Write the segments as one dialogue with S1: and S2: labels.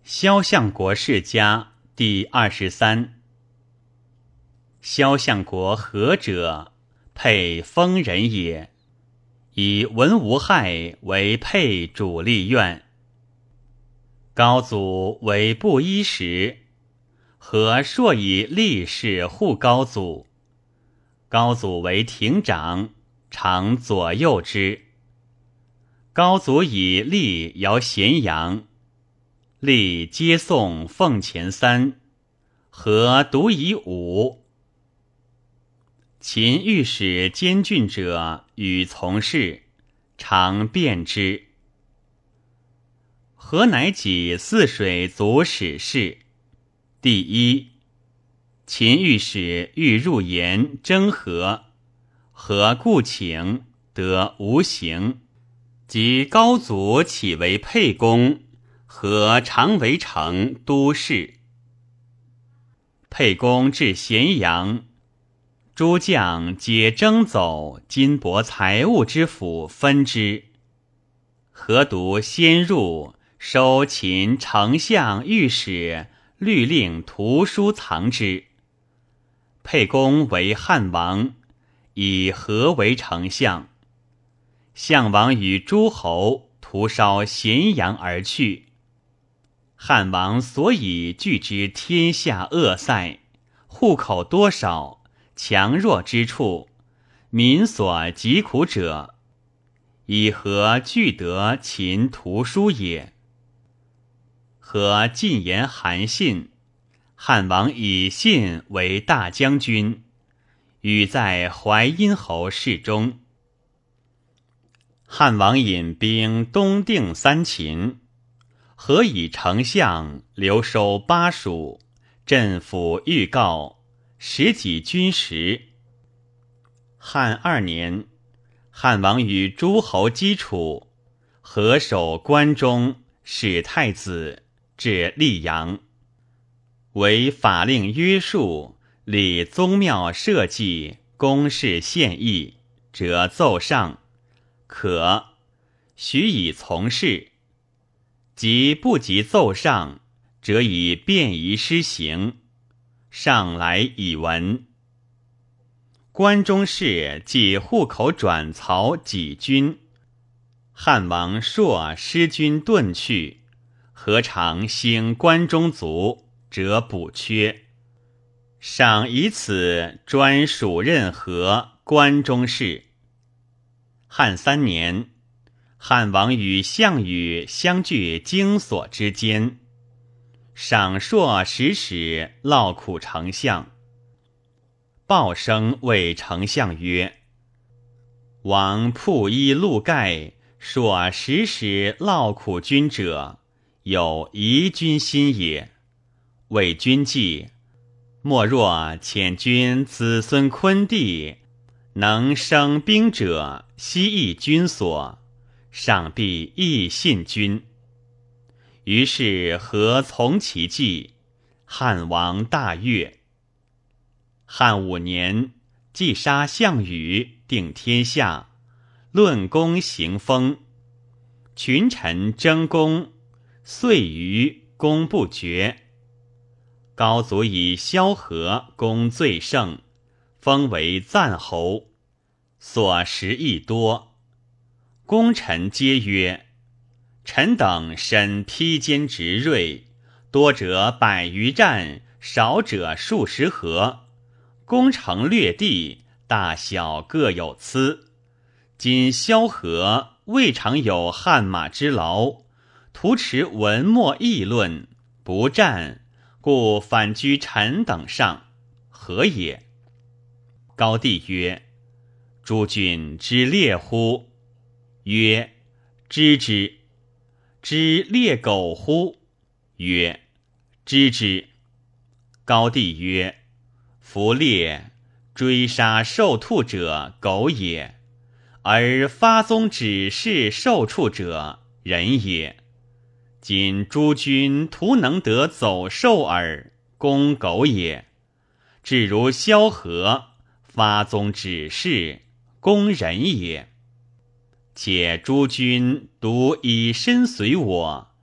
S1: 萧相国世家第23。萧相国何者？沛丰人也，以文无害为沛主力院。高祖为布衣时，何硕以力士护高祖。高祖为亭长，常左右之。高祖以力摇咸阳，力皆颂奉前3，何独以5。秦御史监郡者与从事，常辩之。何乃己泗水族史事。第一，秦御史欲入言征何，何故请，得无行。及高祖起为沛公，何常为成都事。沛公至咸阳，诸将皆征走金帛财物之府分之。何独先入，收秦丞相御史律令图书藏之。沛公为汉王，以何为丞相。项王与诸侯屠烧咸阳而去。汉王所以惧之天下恶塞，户口多少，强弱之处，民所疾苦者，以何惧得秦屠书也？何进言韩信，汉王以信为大将军，与在淮阴侯侍中。汉王引兵东定三秦，何以丞相留收巴蜀，镇抚预告，使己军时。汉2年，汉王与诸侯击楚，何守关中，使太子，至溧阳，为法令约束，理宗庙社稷，公事献议，则奏上，可许以从事；即不及奏上，则以便宜施行，上来以闻。关中事即户口转曹己军，汉王朔失军遁去，何尝兴关中卒，则补缺。上以此专属任何关中事。汉3年，汉王与项羽相距荆索之间，赏硕使使劳苦丞相。鲍生谓丞相曰：王铺衣露盖，硕使使劳苦君者，有疑君心也。为君计，莫若遣君子孙昆弟，能生兵者，悉益君所，上必亦信君。于是何从其计？汉王大悦。汉5年，既杀项羽，定天下，论功行封。群臣争功，遂于功不绝。高祖以萧何功最盛，封为赞侯，所食益多。功臣皆曰：臣等身披坚执锐，多者100余战，少者数十合，攻城略地，大小各有疵。今萧何未尝有汗马之劳，徒持文墨议论，不战，故反居臣等上，何也？高帝曰：诸君知猎乎？曰：知之。知猎狗乎？曰：知之。高帝曰：夫猎，追杀受兔者狗也，而发宗指示受畜者人也。今诸君徒能得走兽耳，攻狗也。至如萧何，发宗指示，攻人也。且诸君独以身随我，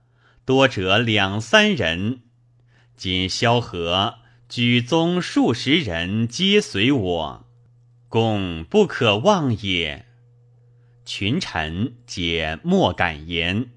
S1: 多者2、3人。今萧何举宗数十人，皆随我，公不可忘也。群臣皆莫敢言。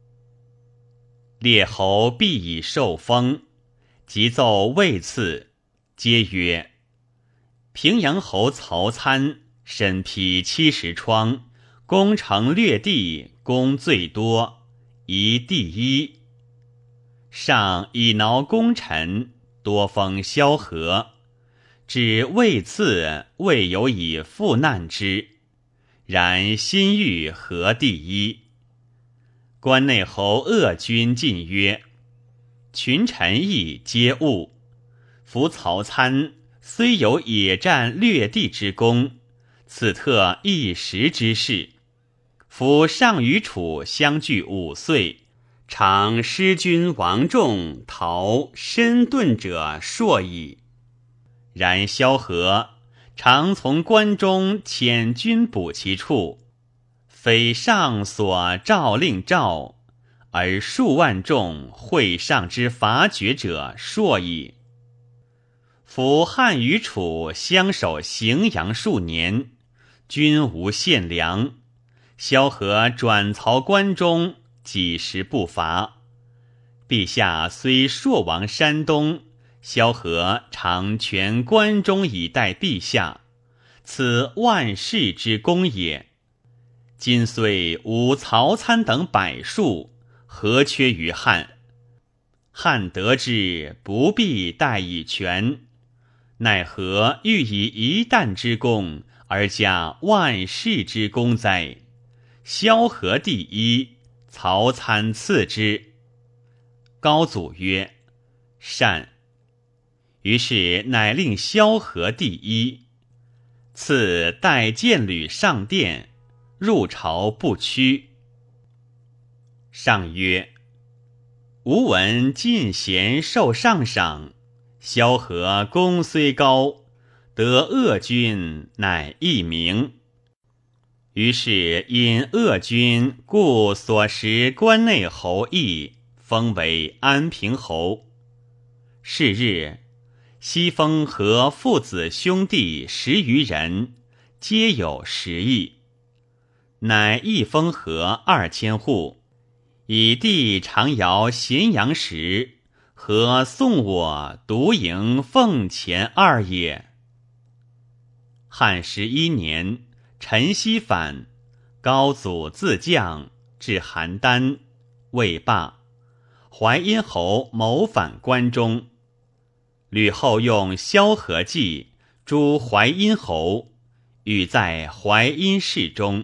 S1: 列侯必以受封，即奏位次，皆曰：平阳侯曹参身披70疮，攻城略地，功最多，宜第一。上以挠功臣，多封萧何，至位次未有以复难之，然心欲何第一。关内侯鄂君进曰：群臣亦皆误，夫曹参虽有野战略地之功，此特一时之事。夫上与楚相距5岁，常失君王众，逃身遁者硕矣。然萧何常从关中遣军补其处，非上所诏令召，而数万众会上之伐绝者硕矣。夫汉与楚相守荥阳数年，均无献粮，萧何转曹关中，几时不伐？陛下虽朔亡山东，萧何常全关中以待陛下，此万世之功也。今虽无曹参等百数，何缺于汉？汉得之，不必待以全，奈何欲以一旦之功，而加万世之功哉？萧何第一，曹参次之。高祖曰：善。于是乃令萧何第一，次带剑履上殿，入朝不趋。上曰：吾闻进贤受上赏，萧何功虽高，得鄂君乃一名。于是因鄂君故所食关内侯邑，封为安平侯。是日，西封何父子兄弟10余人，皆有10邑，乃一封何2000户，以地常遥咸阳时，何送我独营奉前2也。汉11年，陈豨反，高祖自将至邯郸，未罢，淮阴侯谋反关中。吕后用萧何计诛淮阴侯，欲在淮阴市中。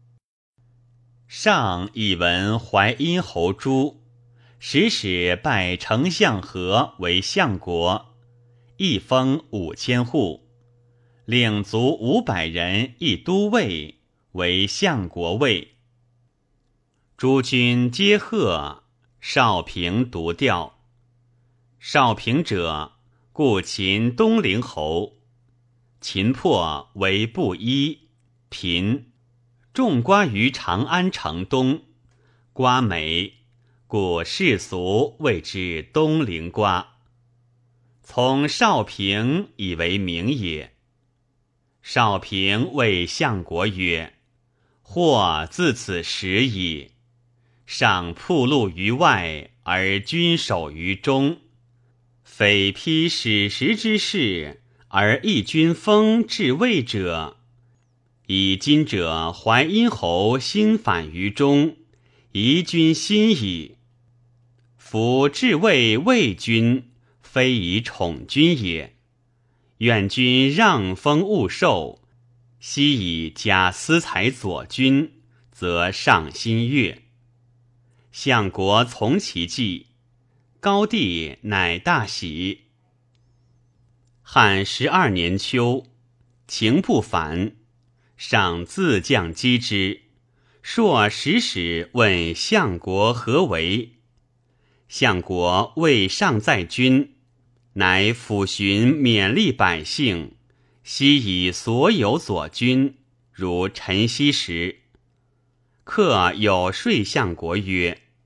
S1: 上以闻淮阴侯诛，使拜丞相何为相国，一封5000户，领卒500人一都尉，为相国尉。诸军皆贺，少平独调。少平者，故秦东陵侯。秦破为布衣，贫，种瓜于长安城东，瓜美，故世俗谓之东陵瓜。从少平以为名也。少平谓相国曰：或自此时矣。上铺路于外，而君守于中，非披史实之事，而一君封至位者。以今者淮阴侯心反于中，疑君心矣。夫至位魏君，非以宠君也。愿君让封勿受，悉以加私财佐君，则上心悦。相国从其计，高帝乃大喜。汉12年秋，秦不反，上自将击之，朔使问相国何为。相国谓上在军，乃抚巡勉励百姓，悉以所有佐君，如陈豨时。客有说相国曰：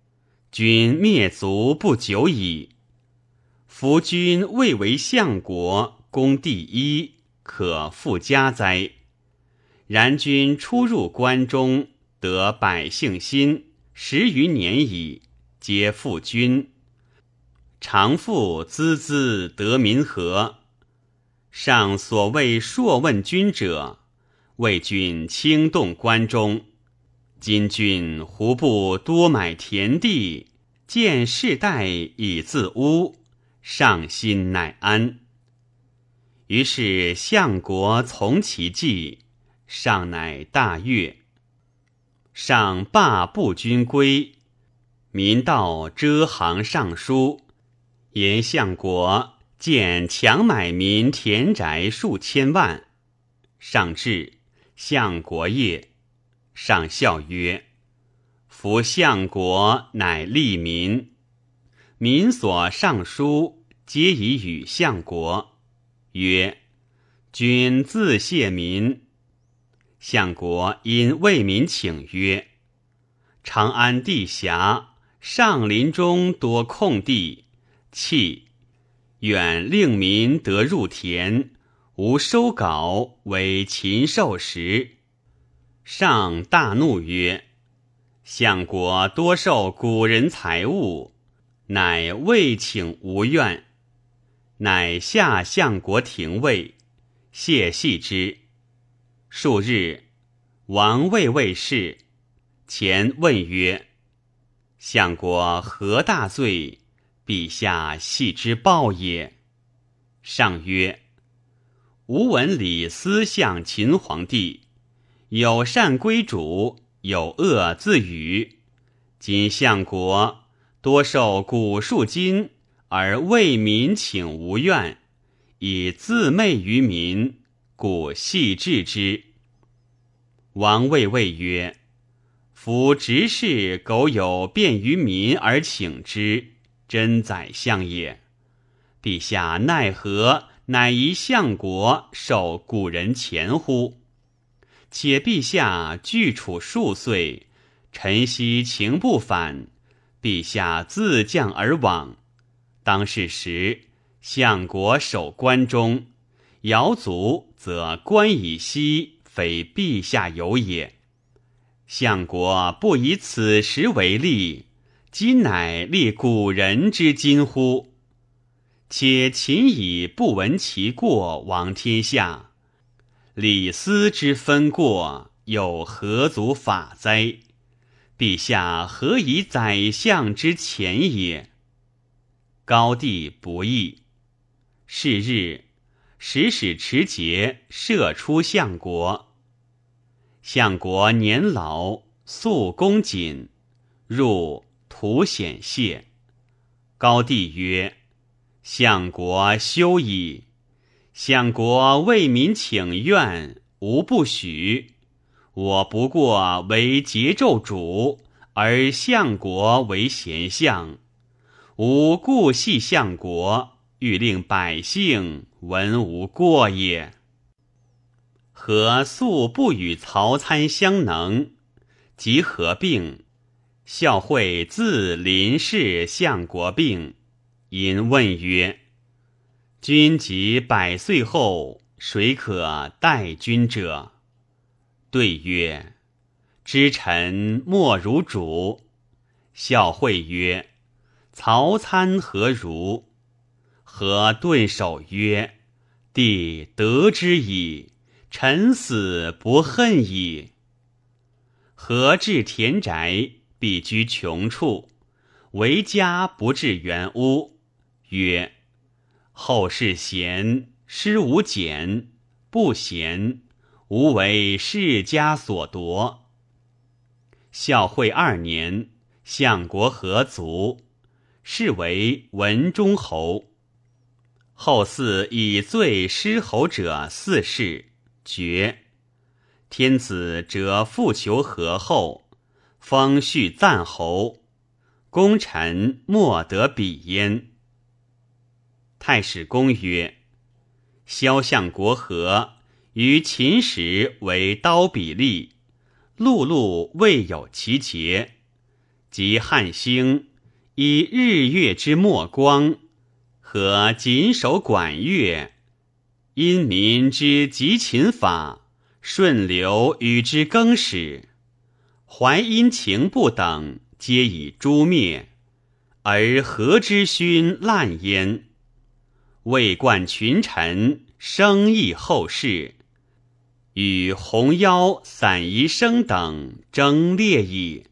S1: 君灭族不久矣。夫君未为相国，功第一，可复加哉？然君初入关中，得百姓心10余年矣，皆附君。常复孜孜得民和。上所谓朔问君者，为君轻动关中。今君胡不多买田地，建世代以自污，上心乃安。于是相国从其计，上乃大悦。上罢步军归，民道遮行上书，言相国见强买民田宅数千万。上至，相国业。上笑曰：夫相国乃利民。民所上书，皆以与相国，曰：君自谢民。相国因为民请曰：长安地狭，上林中多空地，弃远令民得入田，无收稿，为禽兽食。上大怒曰：相国多受古人财物，乃未请无怨。乃下相国廷尉，谢系之。数日，王位未逝，前问曰：相国何大罪？陛下系之报也。上曰：吾闻李斯相秦皇帝，有善归主，有恶自与。今相国多受古数金，而为民请无怨，以自媚于民，故系治之。王位谓曰：夫执事苟有便于民而请之，真宰相也。陛下奈何乃宜相国受古人钱乎？且陛下拒处数岁，臣昔情不反，陛下自降而往。当是时，相国守关中，摇足则关以西，非陛下有也。相国不以此时为例，今乃立古人之今乎？且秦以不闻其过亡天下，李斯之分过，又何足法哉？陛下何以宰相之前也？高帝不义。是日，使持节射出相国。相国年老，素恭谨，入图显谢。高帝曰：相国休矣。相国为民请愿，吾不许。我不过为桀纣主，而相国为贤相。吾故系相国，欲令百姓闻无过也。何素不与曹参相能？即合并，孝惠自临视相国病，因问曰：君及100岁后，谁可代君者？对曰：知臣莫如主。孝惠曰：曹参何如？何顿首曰：帝得之矣，臣死不恨矣。何置田宅，必居穷处，为家不至园屋。曰：后世贤，师无减；不贤，吾为世家所夺。孝惠2年，相国何卒，是为文忠侯。后嗣以罪失侯者4世，绝。天子折复求何后，封续赞侯，功臣莫得比焉。太史公曰：萧相国何于秦时为刀笔吏，碌碌未有其节。及汉兴， 以日月之末光，和谨守管乐，因民之极勤法，顺流与之更始，淮阴情不等，皆以诛灭，而何之勋滥焉？未冠群臣，生益后世，与红腰散宜生等争烈矣。